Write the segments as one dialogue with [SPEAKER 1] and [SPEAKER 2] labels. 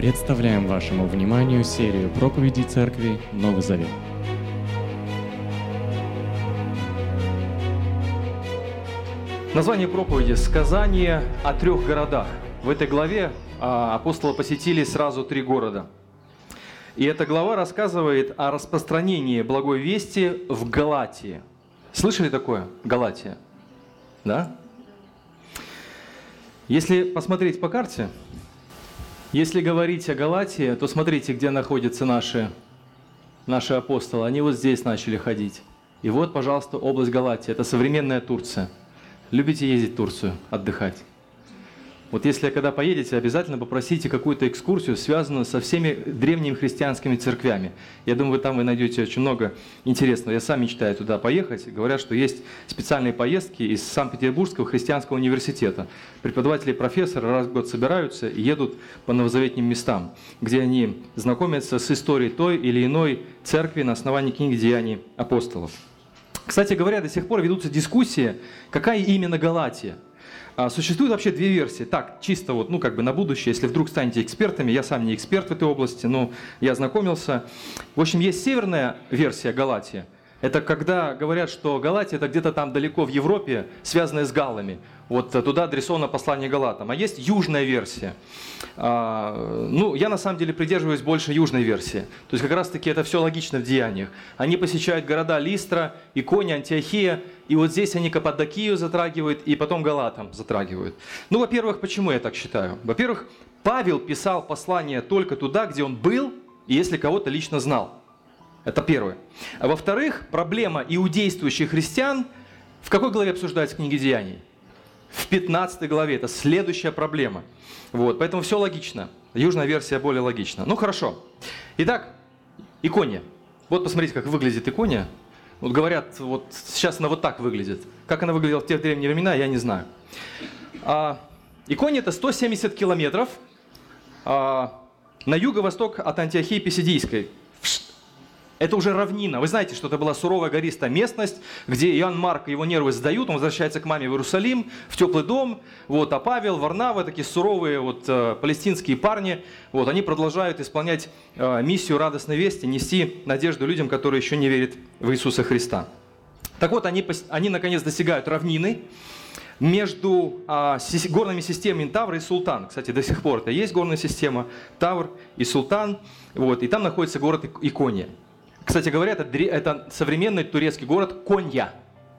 [SPEAKER 1] Представляем вашему вниманию серию проповедей Церкви Новый Завет.
[SPEAKER 2] Название проповеди «Сказание о 3 городах». В этой главе апостолы посетили сразу 3 города. И эта глава рассказывает о распространении благой вести в Галатии. Слышали такое? Галатия. Да? Если посмотреть по карте, если говорить о Галатии, то смотрите, где находятся наши апостолы. Они вот здесь начали ходить. И вот, пожалуйста, область Галатии. Это современная Турция. Любите ездить в Турцию, отдыхать? Вот если когда поедете, обязательно попросите какую-то экскурсию, связанную со всеми древними христианскими церквями. Я думаю, там вы найдете очень много интересного. Я сам мечтаю туда поехать. Говорят, что есть специальные поездки из Санкт-Петербургского христианского университета. Преподаватели и профессоры раз в год собираются и едут по новозаветным местам, где они знакомятся с историей той или иной церкви на основании книги «Деяний апостолов». Кстати говоря, до сих пор ведутся дискуссии, какая именно Галатия. Существует вообще 2 версии. Так, чисто вот, на будущее, если вдруг станете экспертами, я сам не эксперт в этой области, но я ознакомился. В общем, есть северная версия Галатии. Это когда говорят, что Галатия это где-то там далеко в Европе, связанная с галлами. Вот туда адресовано послание Галатам. А есть южная версия. Я на самом деле придерживаюсь больше южной версии. То есть как раз-таки это все логично в деяниях. Они посещают города Листра, Икония, Антиохия, и вот здесь они Каппадокию затрагивают, и потом Галатам затрагивают. Во-первых, почему я так считаю? Во-первых, Павел писал послание только туда, где он был, и если кого-то лично знал. Это первое. А во-вторых, проблема иудействующих христиан в какой главе обсуждается в книге Деяний? В 15 главе. Это следующая проблема. Поэтому все логично. Южная версия более логична. Хорошо. Итак, Икония. Вот посмотрите, как выглядит Икония. Говорят, сейчас она вот так выглядит. Как она выглядела в те древние времена, я не знаю. Икония это 170 километров на юго-восток от Антиохии Писидийской. Это уже равнина. Вы знаете, что это была суровая гористая местность, где Иоанн Марк и его нервы сдают, он возвращается к маме в Иерусалим, в теплый дом, а Павел, Варнава, такие суровые палестинские парни, они продолжают исполнять миссию радостной вести, нести надежду людям, которые еще не верят в Иисуса Христа. Так вот, они наконец достигают равнины между горными системами Тавр и Султан. Кстати, до сих пор это есть горная система Тавр и Султан, и там находится город Икония. Кстати говоря, это современный турецкий город Конья.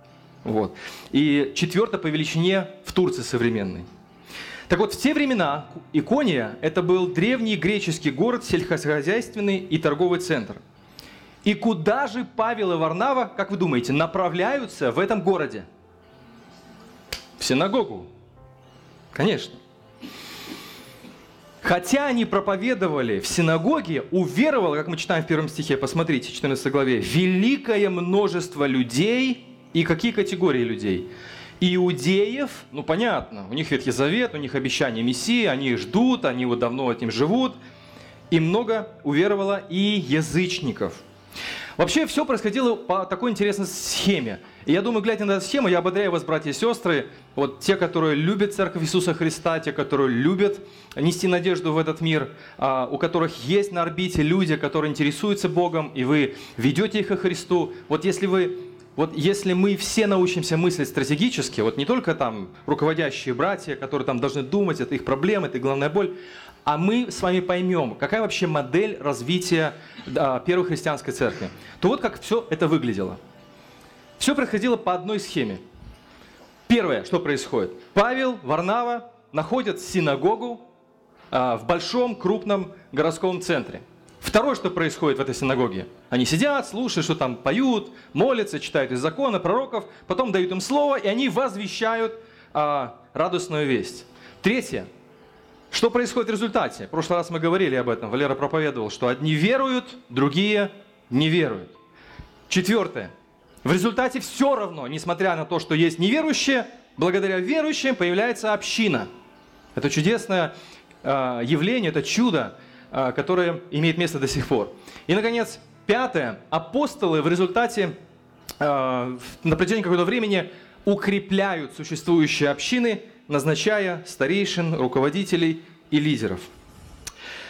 [SPEAKER 2] И 4-й по величине в Турции современный. Так вот, в те времена Икония – это был древний греческий город, сельскохозяйственный и торговый центр. И куда же Павел и Варнава, как вы думаете, направляются в этом городе? В синагогу. Конечно. Хотя они проповедовали в синагоге, уверовало, как мы читаем в 1 стихе, посмотрите, 14 главе, великое множество людей. И какие категории людей? Иудеев, понятно, у них Ветхий Завет, у них обещание Мессии, они их ждут, они давно этим живут. И много уверовало и язычников. Вообще все происходило по такой интересной схеме. И я думаю, глядя на эту схему, я ободряю вас, братья и сестры, те, которые любят Церковь Иисуса Христа, те, которые любят нести надежду в этот мир, у которых есть на орбите люди, которые интересуются Богом, и вы ведете их ко Христу. Если мы все научимся мыслить стратегически, не только там руководящие братья, которые там должны думать, это их проблемы, это их главная боль, а мы с вами поймем, какая вообще модель развития первой христианской церкви, то как все это выглядело. Все происходило по одной схеме. Первое, что происходит. Павел, Варнава находят синагогу в большом, крупном городском центре. Второе, что происходит в этой синагоге. Они сидят, слушают, что там поют, молятся, читают из закона, пророков, потом дают им слово, и они возвещают радостную весть. Третье. Что происходит в результате? В прошлый раз мы говорили об этом. Валера проповедовал, что одни веруют, другие не веруют. Четвертое. В результате все равно, несмотря на то, что есть неверующие, благодаря верующим появляется община. Это чудесное явление, это чудо, которое имеет место до сих пор. И, наконец, пятое. Апостолы в результате на протяжении какого-то времени укрепляют существующие общины, назначая старейшин, руководителей и лидеров.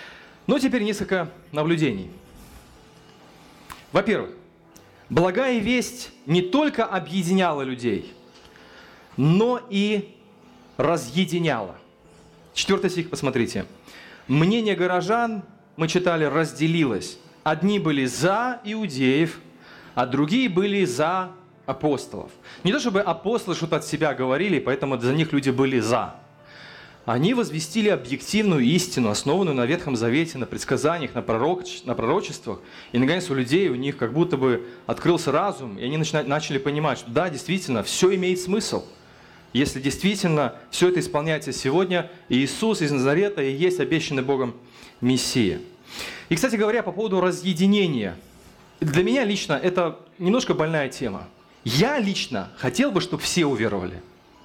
[SPEAKER 2] Но теперь несколько наблюдений. Во-первых, благая весть не только объединяла людей, но и разъединяла. 4 стих, посмотрите. «Мнение горожан, мы читали, разделилось. Одни были за иудеев, а другие были за апостолов». Не то чтобы апостолы что-то от себя говорили, поэтому за них люди были за. Они возвестили объективную истину, основанную на Ветхом Завете, на предсказаниях, на пророчествах. И наконец у людей, у них как будто бы открылся разум, и они начали понимать, что да, действительно, все имеет смысл. Если действительно все это исполняется сегодня, и Иисус из Назарета и есть обещанный Богом Мессия. И, кстати говоря, по поводу разъединения. Для меня лично это немножко больная тема. Я лично хотел бы, чтобы все уверовали.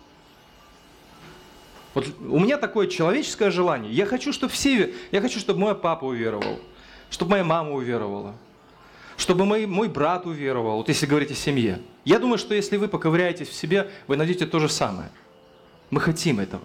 [SPEAKER 2] Вот у меня такое человеческое желание. Я хочу, чтобы мой папа уверовал, чтобы моя мама уверовала, чтобы мой брат уверовал, вот если говорить о семье. Я думаю, что если вы поковыряетесь в себе, вы найдете то же самое. Мы хотим этого.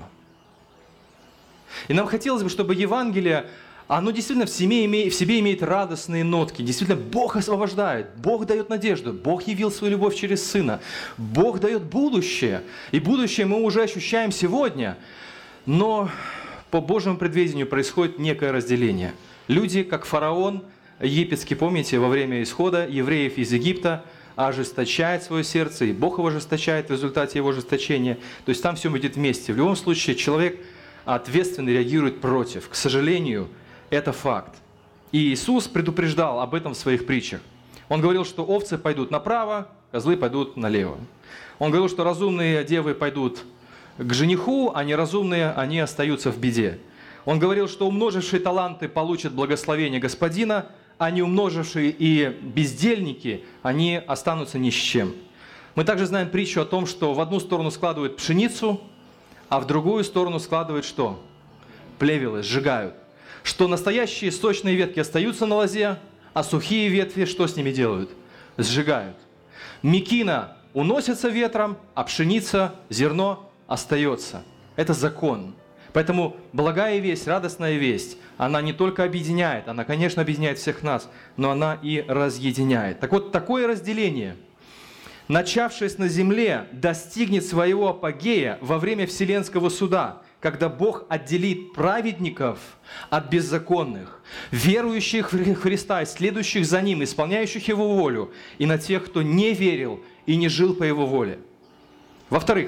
[SPEAKER 2] И нам хотелось бы, чтобы Евангелие, оно действительно в себе имеет радостные нотки. Действительно, Бог освобождает, Бог дает надежду, Бог явил свою любовь через Сына, Бог дает будущее. И будущее мы уже ощущаем сегодня. Но по Божьему предвидению происходит некое разделение. Люди, как фараон египетский, помните, во время исхода евреев из Египта, ожесточает свое сердце, и Бог его ожесточает в результате его ожесточения. То есть там все будет вместе. В любом случае человек ответственно реагирует против. К сожалению, это факт. И Иисус предупреждал об этом в своих притчах. Он говорил, что овцы пойдут направо, козлы пойдут налево. Он говорил, что разумные девы пойдут к жениху, а неразумные, они остаются в беде. Он говорил, что умножившие таланты получат благословение Господина, а не умножившие и бездельники, они останутся ни с чем. Мы также знаем притчу о том, что в одну сторону складывают пшеницу, а в другую сторону складывают что? Плевелы, сжигают. Что настоящие сочные ветки остаются на лозе, а сухие ветви что с ними делают? Сжигают. Мекина уносится ветром, а пшеница, зерно остается. Это закон. Поэтому благая весть, радостная весть, она не только объединяет, она, конечно, объединяет всех нас, но она и разъединяет. Так вот, такое разделение, начавшееся на земле, достигнет своего апогея во время Вселенского суда, когда Бог отделит праведников от беззаконных, верующих в Христа и следующих за Ним, исполняющих Его волю, и на тех, кто не верил и не жил по Его воле. Во-вторых,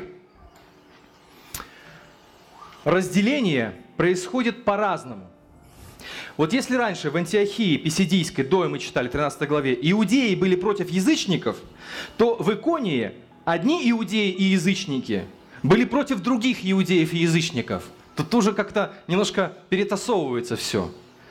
[SPEAKER 2] разделение происходит по-разному. Вот если раньше в Антиохии Писидийской, до мы читали, 13 главе, иудеи были против язычников, то в Иконии одни иудеи и язычники были против других иудеев и язычников. Тут уже как-то немножко перетасовывается все.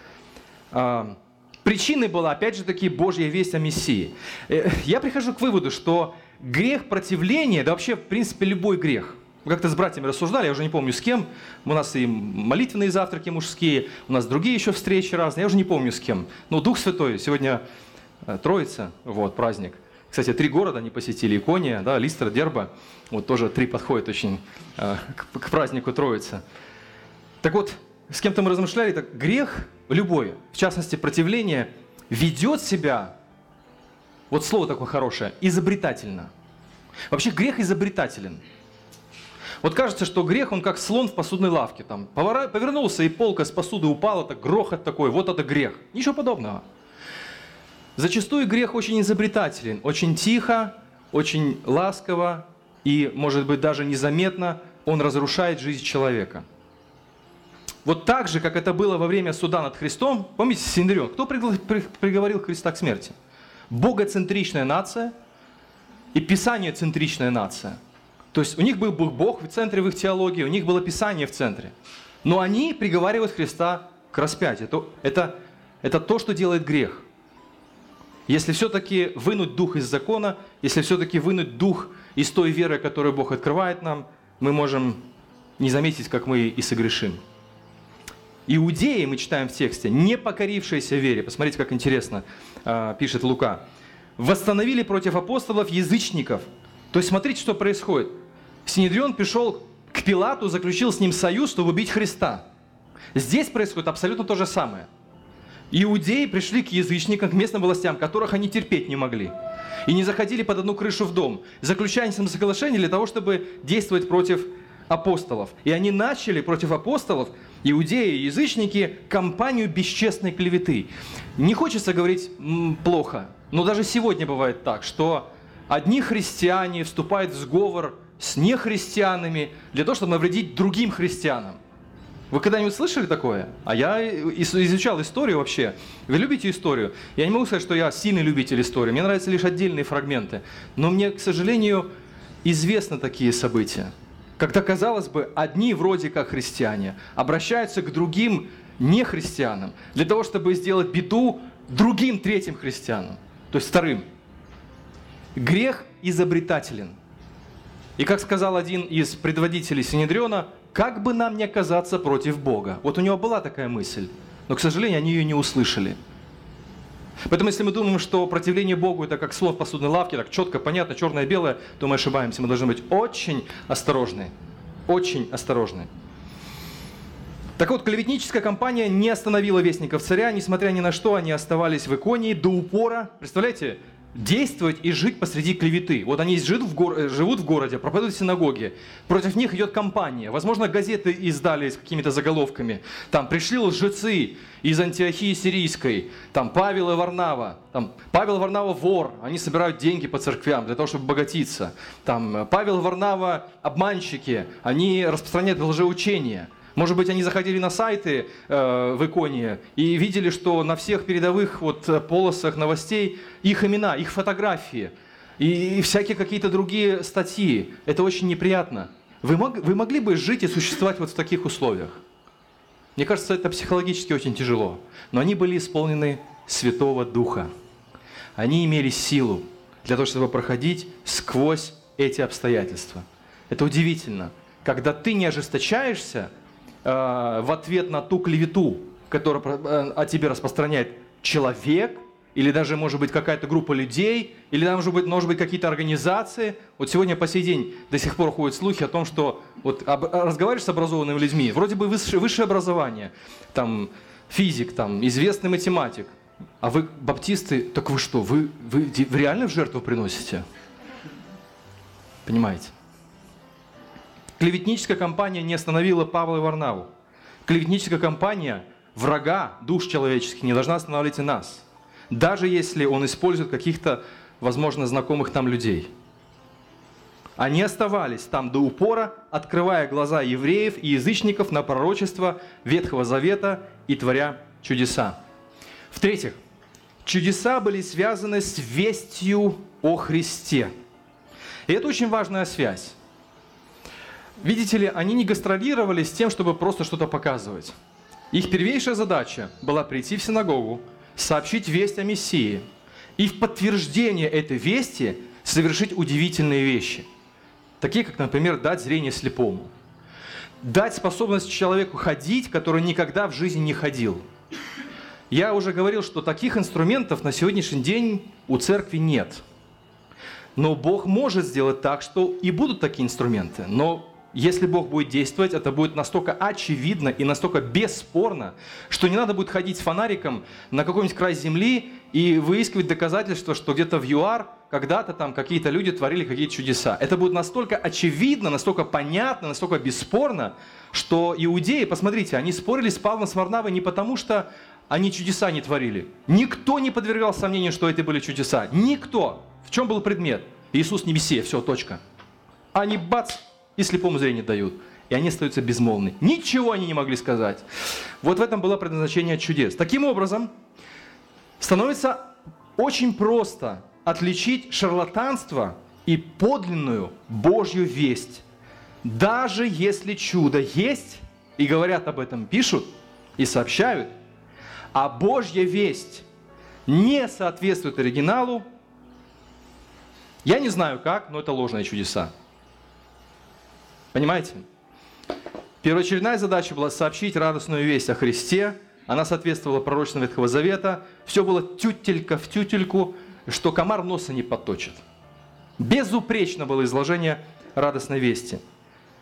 [SPEAKER 2] Причиной была, опять же таки, Божья весть о Мессии. Я прихожу к выводу, что грех противления, да вообще, в принципе, любой грех. Мы как-то с братьями рассуждали, я уже не помню с кем. У нас и молитвенные завтраки мужские, у нас другие еще встречи разные, я уже не помню с кем. Но Дух Святой, сегодня Троица, вот, праздник. Кстати, 3 города они посетили, Икония, да, Листра, Дерба. Вот тоже 3 подходят очень к празднику Троицы. Так вот, с кем-то мы размышляли, так грех любой, в частности противление, ведет себя, вот слово такое хорошее, изобретательно. Вообще грех изобретателен. Вот кажется, что грех, он как слон в посудной лавке. Там повернулся, и полка с посуды упала, так грохот такой, вот это грех. Ничего подобного. Зачастую грех очень изобретателен, очень тихо, очень ласково и, может быть, даже незаметно он разрушает жизнь человека. Вот так же, как это было во время суда над Христом, помните Синедрион, кто приговорил Христа к смерти? Богоцентричная нация и писаниецентричная нация. То есть у них был Бог в центре в их теологии, у них было Писание в центре. Но они приговаривают Христа к распятию. Это то, что делает грех. Если все-таки вынуть дух из закона, если все-таки вынуть дух из той веры, которую Бог открывает нам, мы можем не заметить, как мы и согрешим. Иудеи, мы читаем в тексте, не покорившиеся вере, посмотрите, как интересно пишет Лука, восстановили против апостолов язычников. То есть смотрите, что происходит. Синедрион пришел к Пилату, заключил с ним союз, чтобы убить Христа. Здесь происходит абсолютно то же самое. Иудеи пришли к язычникам, к местным властям, которых они терпеть не могли. И не заходили под одну крышу в дом, заключая с ним соглашение для того, чтобы действовать против апостолов. И они начали против апостолов, иудеи и язычники, кампанию бесчестной клеветы. Не хочется говорить плохо, но даже сегодня бывает так, что одни христиане вступают в сговор с нехристианами для того, чтобы навредить другим христианам. Вы когда-нибудь слышали такое? А я изучал историю вообще. Вы любите историю? Я не могу сказать, что я сильный любитель истории. Мне нравятся лишь отдельные фрагменты. Но мне, к сожалению, известны такие события. Когда, казалось бы, одни вроде как христиане обращаются к другим нехристианам для того, чтобы сделать беду другим третьим христианам, то есть вторым. Грех изобретателен. И как сказал один из предводителей Синедриона, как бы нам не оказаться против Бога. Вот у него была такая мысль, но, к сожалению, они ее не услышали. Поэтому, если мы думаем, что противление Богу – это как слон в посудной лавке, так четко, понятно, черное-белое, то мы ошибаемся. Мы должны быть очень осторожны. Очень осторожны. Так вот, клеветническая кампания не остановила вестников царя, несмотря ни на что, они оставались в Иконии до упора. Представляете? Действовать и жить посреди клеветы. Вот они живут в городе, проповедуют в синагоге. Против них идет кампания. Возможно, газеты издали с какими-то заголовками. Там пришли лжецы из Антиохии Сирийской. Там Павел и Варнава. Там Павел и Варнава вор. Они собирают деньги по церквям для того, чтобы богатиться. Там Павел и Варнава обманщики. Они распространяют лжеучения. Может быть, они заходили на сайты в Иконии и видели, что на всех передовых полосах новостей их имена, их фотографии и всякие какие-то другие статьи. Это очень неприятно. Вы могли бы жить и существовать в таких условиях? Мне кажется, это психологически очень тяжело. Но они были исполнены Святого Духа. Они имели силу для того, чтобы проходить сквозь эти обстоятельства. Это удивительно. Когда ты не ожесточаешься в ответ на ту клевету, которую о тебе распространяет человек, или даже, может быть, какая-то группа людей, или, может быть, какие-то организации. Вот сегодня по сей день до сих пор ходят слухи о том, что разговариваешь с образованными людьми, вроде бы высшее образование, там, физик, там, известный математик, а вы баптисты, так вы что, вы реально в жертву приносите? Понимаете? Клеветническая кампания не остановила Павла и Варнаву. Клеветническая кампания врага душ человеческих не должна останавливать и нас. Даже если он использует каких-то, возможно, знакомых нам людей. Они оставались там до упора, открывая глаза евреев и язычников на пророчество Ветхого Завета и творя чудеса. В-третьих, чудеса были связаны с вестью о Христе. И это очень важная связь. Видите ли, они не гастролировали с тем, чтобы просто что-то показывать. Их первейшая задача была прийти в синагогу, сообщить весть о Мессии и в подтверждение этой вести совершить удивительные вещи. Такие, как, например, дать зрение слепому. Дать способность человеку ходить, который никогда в жизни не ходил. Я уже говорил, что таких инструментов на сегодняшний день у церкви нет. Но Бог может сделать так, что и будут такие инструменты. Но если Бог будет действовать, это будет настолько очевидно и настолько бесспорно, что не надо будет ходить с фонариком на какой-нибудь край земли и выискивать доказательства, что где-то в ЮАР когда-то там какие-то люди творили какие-то чудеса. Это будет настолько очевидно, настолько понятно, настолько бесспорно, что иудеи, посмотрите, они спорили с Павлом, с Варнавой не потому, что они чудеса не творили. Никто не подвергал сомнению, что это были чудеса. Никто. В чем был предмет? Иисус не Мессия, все, точка. Они бац, и слепому зрение дают. И они остаются безмолвны. Ничего они не могли сказать. Вот в этом было предназначение чудес. Таким образом, становится очень просто отличить шарлатанство и подлинную Божью весть. Даже если чудо есть, и говорят об этом, пишут и сообщают, а Божья весть не соответствует оригиналу, я не знаю как, но это ложные чудеса. Понимаете? Первоочередная задача была сообщить радостную весть о Христе. Она соответствовала пророчеству Ветхого Завета. Все было тютелька в тютельку, что комар носа не подточит. Безупречно было изложение радостной вести.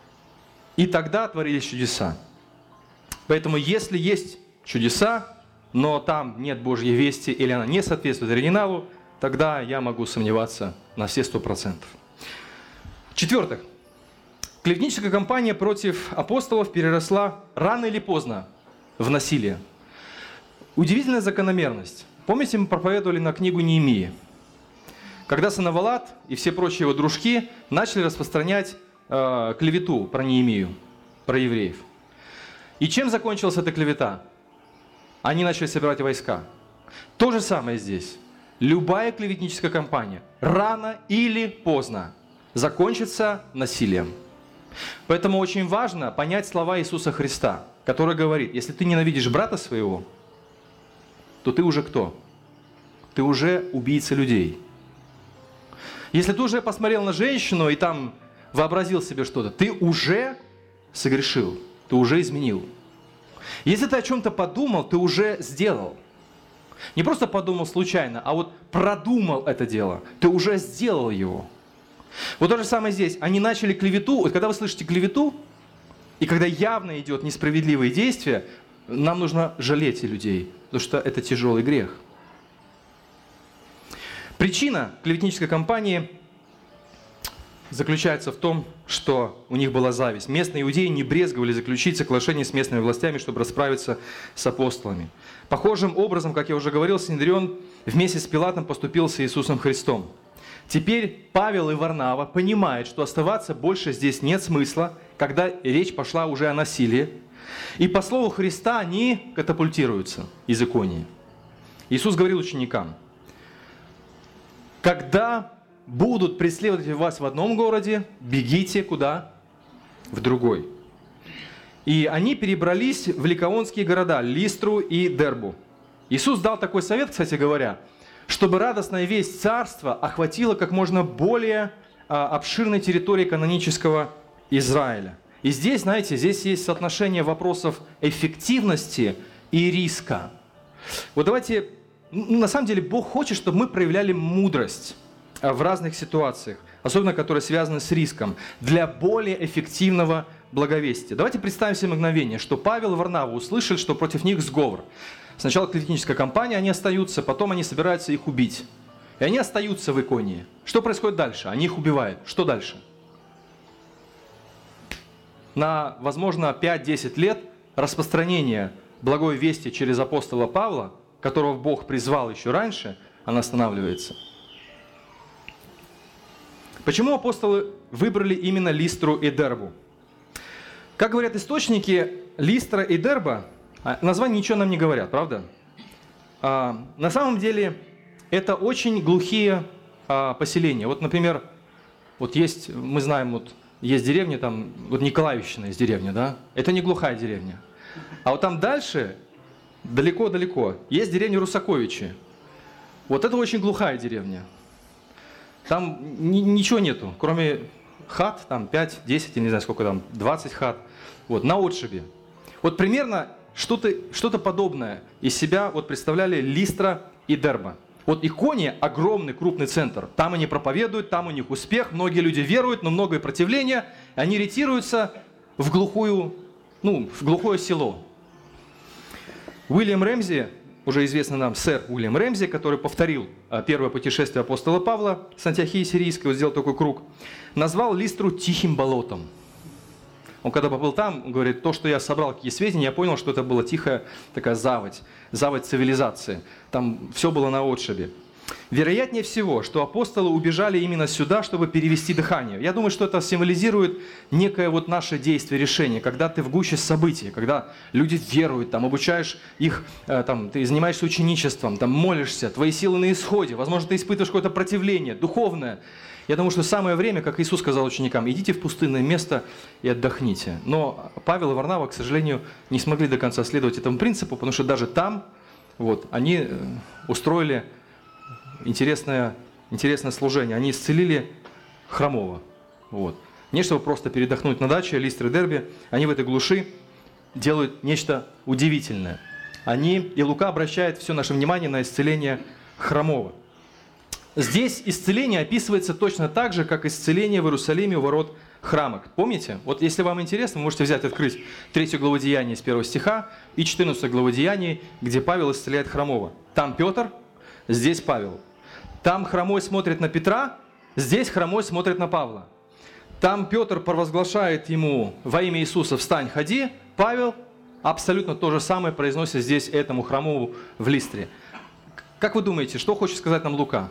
[SPEAKER 2] И тогда творились чудеса. Поэтому если есть чудеса, но там нет Божьей вести или она не соответствует оригиналу, тогда я могу сомневаться на все 100%. В-четвертых, клеветническая кампания против апостолов переросла рано или поздно в насилие. Удивительная закономерность. Помните, мы проповедовали на книгу Неемии? Когда Санавалат и все прочие его дружки начали распространять клевету про Неемию, про евреев. И чем закончилась эта клевета? Они начали собирать войска. То же самое здесь. Любая клеветническая кампания рано или поздно закончится насилием. Поэтому очень важно понять слова Иисуса Христа, который говорит: если ты ненавидишь брата своего, то ты уже кто? Ты уже убийца людей. Если ты уже посмотрел на женщину и там вообразил себе что-то, ты уже согрешил, ты уже изменил. Если ты о чем-то подумал, ты уже сделал. Не просто подумал случайно, а вот продумал это дело. Ты уже сделал его. Вот то же самое здесь. Они начали клевету. Вот когда вы слышите клевету, и когда явно идет несправедливые действия, нам нужно жалеть людей, потому что это тяжелый грех. Причина клеветнической кампании заключается в том, что у них была зависть. Местные иудеи не брезговали заключить соглашение с местными властями, чтобы расправиться с апостолами. Похожим образом, как я уже говорил, Синедрион вместе с Пилатом поступил с Иисусом Христом. Теперь Павел и Варнава понимают, что оставаться больше здесь нет смысла, когда речь пошла уже о насилии. И по слову Христа они катапультируются из Иконии. Иисус говорил ученикам: когда будут преследовать вас в одном городе, бегите куда? В другой. И они перебрались в ликаонские города, Листру и Дербу. Иисус дал такой совет, кстати говоря, чтобы радостная весть царства охватила как можно более обширной территории канонического Израиля. И здесь, знаете, здесь есть соотношение вопросов эффективности и риска. Вот давайте, на самом деле Бог хочет, чтобы мы проявляли мудрость в разных ситуациях, особенно которые связаны с риском, для более эффективного благовестия. Давайте представим себе мгновение, что Павел и Варнава услышали, что против них сговор. Сначала клеветническая кампания, они остаются, потом они собираются их убить. И они остаются в Иконии. Что происходит дальше? Они их убивают. Что дальше? На, возможно, 5-10 лет распространение благой вести через апостола Павла, которого Бог призвал еще раньше, она останавливается. Почему апостолы выбрали именно Листру и Дербу? Как говорят источники, Листра и Дерба, названия ничего нам не говорят, правда? На самом деле, это очень глухие поселения. Вот, например, вот есть, мы знаем, вот есть деревня, там, вот Николаевщина есть деревня, да? Это не глухая деревня. А вот там дальше, далеко-далеко, есть деревня Русаковичи. Вот это очень глухая деревня. Там ничего нету, кроме хат, там 5, 10, я не знаю сколько там, 20 хат, вот, на отшибе. Вот примерно что-то подобное из себя вот представляли Листра и Дерба. Вот Икония – огромный, крупный центр. Там они проповедуют, там у них успех, многие люди веруют, но многое противление. Они ретируются в глухое село. Уильям Рэмзи, уже известный нам сэр Уильям Рэмзи, который повторил первое путешествие апостола Павла с Антиохии Сирийской, вот сделал такой круг, назвал Листру тихим болотом. Он когда побыл там, он говорит, то, что я собрал какие сведения, я понял, что это была тихая такая заводь цивилизации. Там все было на отшибе. Вероятнее всего, что апостолы убежали именно сюда, чтобы перевести дыхание. Я думаю, что это символизирует некое вот наше действие, решение, когда ты в гуще событий, когда люди веруют, там, обучаешь их, там, ты занимаешься ученичеством, там, молишься, твои силы на исходе, возможно, ты испытываешь какое-то противление, духовное. Я думаю, что самое время, как Иисус сказал ученикам, идите в пустынное место и отдохните. Но Павел и Варнава, к сожалению, не смогли до конца следовать этому принципу, потому что даже там вот, они устроили интересное служение. Они исцелили хромого. Вот. Не чтобы просто передохнуть на даче, Листры и Дерби, они в этой глуши делают нечто удивительное. И Лука обращает все наше внимание на исцеление хромого. Здесь исцеление описывается точно так же, как исцеление в Иерусалиме у ворот храма. Помните? Вот если вам интересно, вы можете взять, открыть 3 главу Деяний с 1 стиха и 14 главу Деяний, где Павел исцеляет хромого. Там Петр, здесь Павел. Там хромой смотрит на Петра, здесь хромой смотрит на Павла. Там Петр провозглашает ему во имя Иисуса «Встань, ходи». Павел абсолютно то же самое произносит здесь этому хромому в Листре. Как вы думаете, что хочет сказать нам Лука?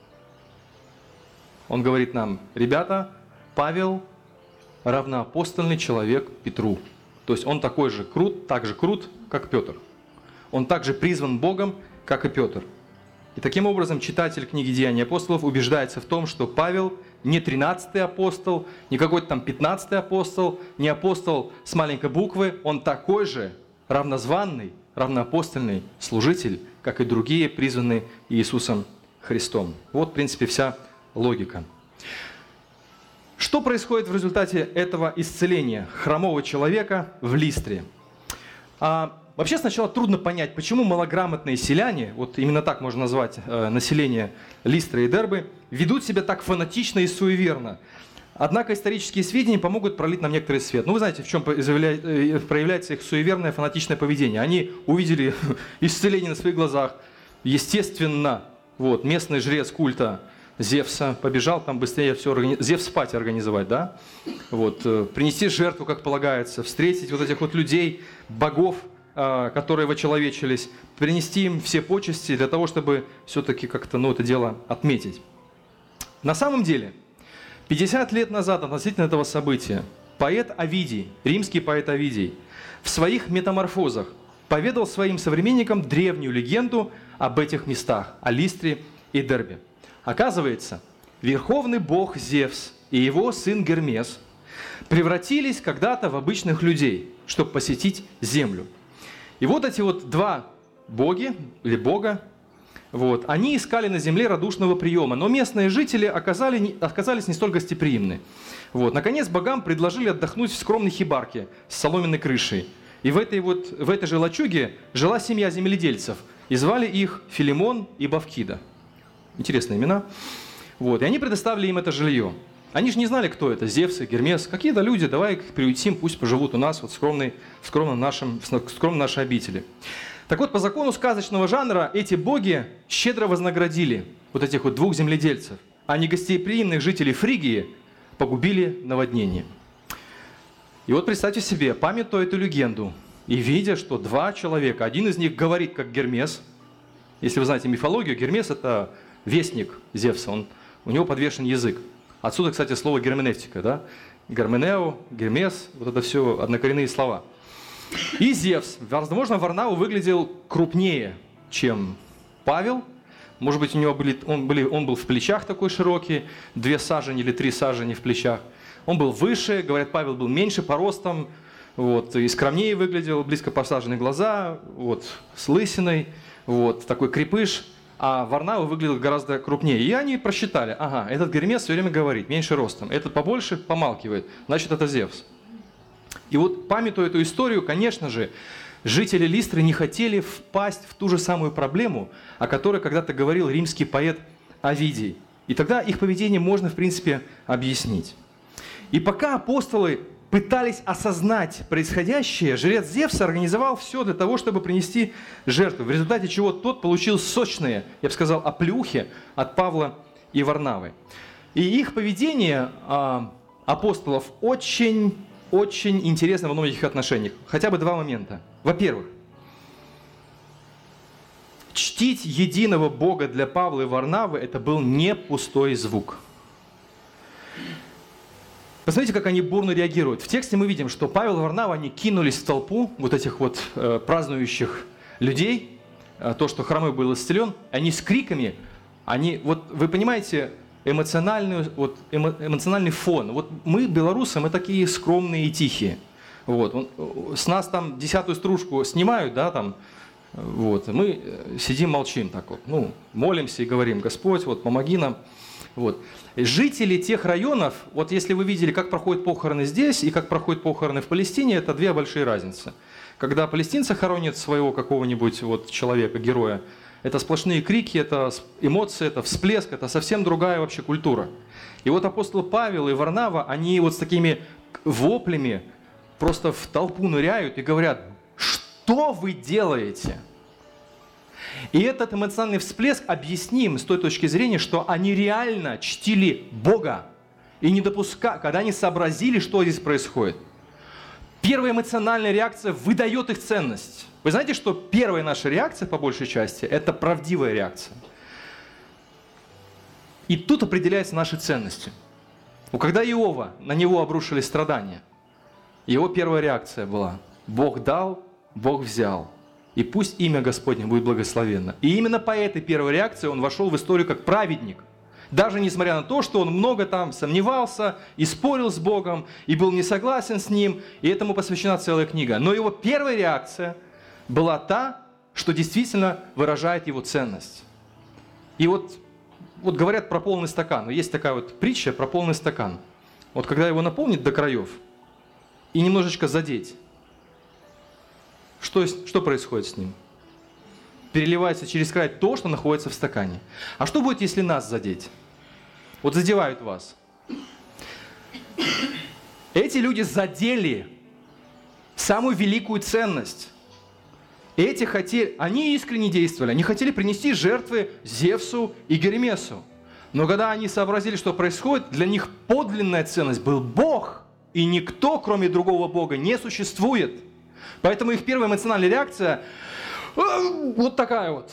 [SPEAKER 2] Он говорит нам: ребята, Павел равноапостольный человек Петру. То есть он такой же крут, так же крут, как Петр. Он также призван Богом, как и Петр. И таким образом читатель книги «Деяния апостолов» убеждается в том, что Павел не 13-й апостол, не какой-то там 15-й апостол, не апостол с маленькой буквы. Он такой же равнозванный, равноапостольный служитель, как и другие, призванные Иисусом Христом. Вот, в принципе, вся логика. Что происходит в результате этого исцеления хромого человека в Листре? Вообще сначала трудно понять, почему малограмотные селяне, вот именно так можно назвать население Листры и Дербы, ведут себя так фанатично и суеверно. Однако исторические сведения помогут пролить нам некоторый свет. Ну, вы знаете, в чем проявляется их суеверное фанатичное поведение. Они увидели исцеление на своих глазах. Естественно, вот, местный жрец культа Зевса побежал там быстрее все Зевс-пати организовать, да? Вот, принести жертву, как полагается, встретить вот этих вот людей, богов, которые вочеловечились, принести им все почести для того, чтобы все-таки как-то, это дело отметить. На самом деле, 50 лет назад относительно этого события поэт Овидий, римский поэт Овидий, в своих метаморфозах поведал своим современникам древнюю легенду об этих местах, о Листре и Дербе. Оказывается, верховный бог Зевс и его сын Гермес превратились когда-то в обычных людей, чтобы посетить землю. И вот эти вот два боги, или бога, они искали на земле радушного приема, но местные жители оказались не столь гостеприимны. Наконец богам предложили отдохнуть в скромной хибарке с соломенной крышей. И в этой же лачуге жила семья земледельцев, и звали их Филимон и Бавкида. Интересные имена. И они предоставили им это жилье. Они же не знали, кто это, Зевс и Гермес. Какие-то люди, давай их приютим, пусть поживут у нас в скромной нашей обители. Так вот, по закону сказочного жанра эти боги щедро вознаградили вот этих вот двух земледельцев, а негостеприимных жителей Фригии погубили наводнение. И вот представьте себе, памятуя эту легенду и видя, что два человека, один из них говорит как Гермес. Если вы знаете мифологию, Гермес – это вестник Зевса, у него подвешен язык. Отсюда, кстати, слово герменевтика, да? Герменео, Гермес, вот это все однокоренные слова. И Зевс, возможно, Варнау выглядел крупнее, чем Павел. Может быть, он был в плечах такой широкий, 2 сажени или 3 сажени в плечах. Он был выше, говорят, Павел был меньше по ростам, и скромнее выглядел, близко посаженные глаза, с лысиной, такой крепыш. А Варнау выглядел гораздо крупнее. И они просчитали, этот Гермес все время говорит, меньше ростом, этот побольше помалкивает, значит, это Зевс. И памятуя эту историю, конечно же, жители Листры не хотели впасть в ту же самую проблему, о которой когда-то говорил римский поэт Овидий. И тогда их поведение можно, в принципе, объяснить. И пока апостолы пытались осознать происходящее, жрец Зевса организовал все для того, чтобы принести жертву, в результате чего тот получил сочные, я бы сказал, оплеухи от Павла и Варнавы. И их поведение апостолов очень интересно во многих отношениях. Хотя бы 2 момента. Во-первых, чтить единого Бога для Павла и Варнавы – это был не пустой звук. Посмотрите, как они бурно реагируют. В тексте мы видим, что Павел и Варнава, они кинулись в толпу этих празднующих людей, то, что хромой был исцелен, они с криками, вы понимаете, эмоциональный фон. Мы, белорусы, мы такие скромные и тихие. С нас там 10-ю стружку снимают, да, мы сидим, молчим так молимся и говорим: Господь, помоги нам. Жители тех районов, если вы видели, как проходят похороны здесь и как проходят похороны в Палестине, это 2 большие разницы. Когда палестинцы хоронят своего какого-нибудь человека, героя, Это сплошные крики, это эмоции, это всплеск, это совсем другая вообще культура. И вот апостол Павел и Варнава, они вот с такими воплями просто в толпу ныряют и говорят: что вы делаете? И этот эмоциональный всплеск объясним с той точки зрения, что они реально чтили Бога. И не допускали, когда они сообразили, что здесь происходит. Первая эмоциональная реакция выдает их ценность. Вы знаете, что первая наша реакция, по большей части, это правдивая реакция. И тут определяются наши ценности. Когда Иова, на него обрушились страдания, его первая реакция была: Бог дал, Бог взял. И пусть имя Господне будет благословенно. И именно по этой первой реакции он вошел в историю как праведник. Даже несмотря на то, что он много там сомневался, и спорил с Богом, и был не согласен с Ним, и этому посвящена целая книга. Но его первая реакция была та, что действительно выражает его ценность. И вот говорят про полный стакан. Но есть такая вот притча про полный стакан. Вот когда его наполнить до краев и немножечко задеть, что происходит с ним? Переливается через край то, что находится в стакане. А что будет, если нас задеть? Вот задевают вас. Эти люди задели самую великую ценность. Они искренне действовали, они хотели принести жертвы Зевсу и Гермесу. Но когда они сообразили, что происходит, для них подлинная ценность был Бог, и никто, кроме другого Бога, не существует. Поэтому их первая эмоциональная реакция вот такая вот.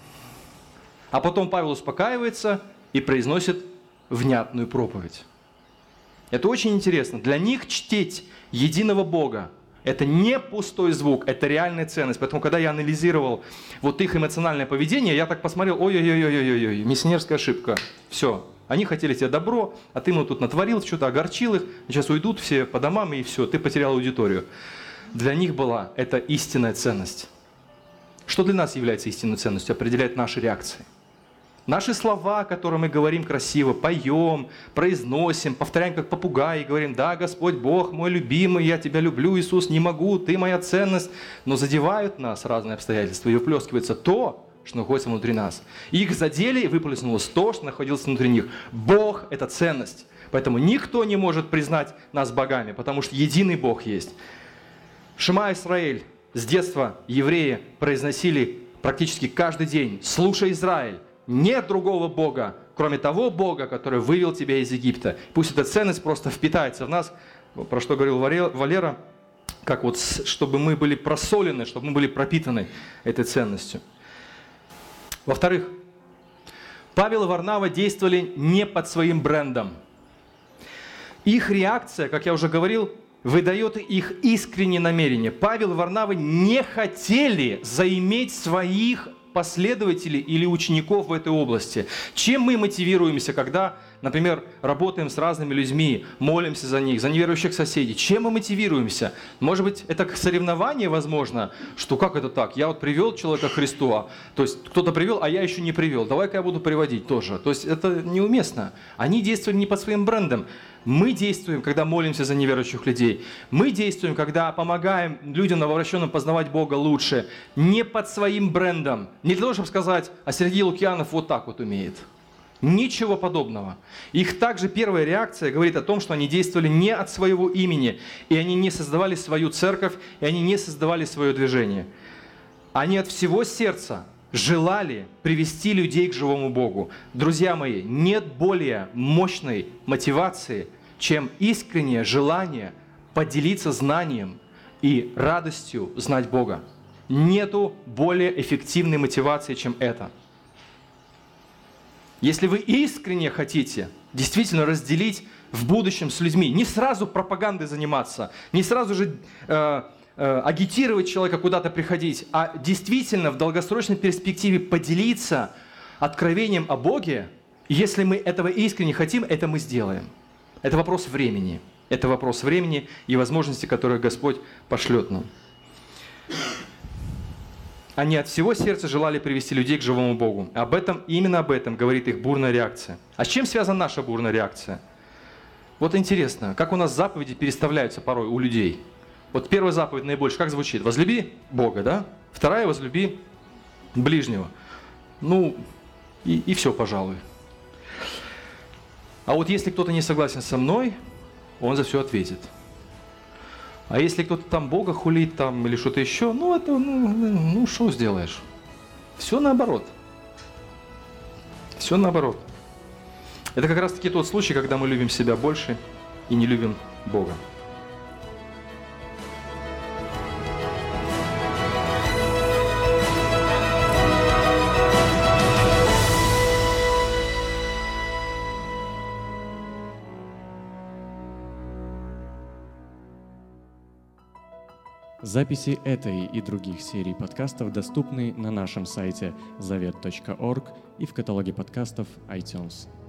[SPEAKER 2] А потом Павел успокаивается и произносит внятную проповедь. Это очень интересно. Для них чтить единого Бога — это не пустой звук, это реальная ценность. Поэтому, когда я анализировал вот их эмоциональное поведение, я так посмотрел: ой-ой-ой-ой-ой, миссионерская ошибка. Все. Они хотели тебе добро, а ты ему тут натворил, что-то огорчил их, сейчас уйдут все по домам, и все, ты потерял аудиторию. Для них была это истинная ценность. Что для нас является истинной ценностью, определяет наши реакции. Наши слова, которые мы говорим красиво, поем, произносим, повторяем как попугаи, говорим: да, Господь Бог мой любимый, я тебя люблю, Иисус, не могу, ты моя ценность. Но задевают нас разные обстоятельства, и выплескивается то, что находится внутри нас. Их задели, и выплеснулось то, что находилось внутри них. Бог – это ценность. Поэтому никто не может признать нас богами, потому что единый Бог есть. Шема Исраэль. С детства евреи произносили практически каждый день: «Слушай, Израиль, нет другого Бога, кроме того Бога, который вывел тебя из Египта». Пусть эта ценность просто впитается в нас, про что говорил Валера, как вот, чтобы мы были просолены, чтобы мы были пропитаны этой ценностью. Во-вторых, Павел и Варнава действовали не под своим брендом. Их реакция, как я уже говорил, выдает их искреннее намерение. Павел и Варнава не хотели заиметь своих последователей или учеников в этой области. Чем мы мотивируемся, когда, например, работаем с разными людьми, молимся за них, за неверующих соседей? Чем мы мотивируемся? Может быть, это соревнование, возможно, что как это так? Я вот привел человека к Христу, то есть кто-то привел, а я еще не привел. Давай-ка я буду приводить тоже. То есть это неуместно. Они действовали не под своим брендом. Мы действуем, когда молимся за неверующих людей. Мы действуем, когда помогаем людям новообращенным познавать Бога лучше. Не под своим брендом. Не для того, чтобы сказать: а Сергей Лукьянов вот так вот умеет. Ничего подобного. Их также первая реакция говорит о том, что они действовали не от своего имени, и они не создавали свою церковь, и они не создавали свое движение. Они от всего сердца желали привести людей к живому Богу. Друзья мои, нет более мощной мотивации, чем искреннее желание поделиться знанием и радостью знать Бога. Нету более эффективной мотивации, чем это. Если вы искренне хотите действительно разделить в будущем с людьми, не сразу пропагандой заниматься, не сразу же агитировать человека куда-то приходить, а действительно в долгосрочной перспективе поделиться откровением о Боге, если мы этого искренне хотим, это мы сделаем. Это вопрос времени. Это вопрос времени и возможностей, которые Господь пошлет нам. Они от всего сердца желали привести людей к живому Богу. Именно об этом говорит их бурная реакция. А с чем связана наша бурная реакция? Вот интересно, как у нас заповеди переставляются порой у людей. Вот первая заповедь наибольше, как звучит? Возлюби Бога, да? Вторая — возлюби ближнего. Ну, и все, пожалуй. А вот если кто-то не согласен со мной, он за все ответит. А если кто-то там Бога хулит там, или что-то еще, ну это, ну что сделаешь? Все наоборот. Все наоборот. Это как раз таки тот случай, когда мы любим себя больше и не любим Бога.
[SPEAKER 1] Записи этой и других серий подкастов доступны на нашем сайте завет.орг и в каталоге подкастов iTunes.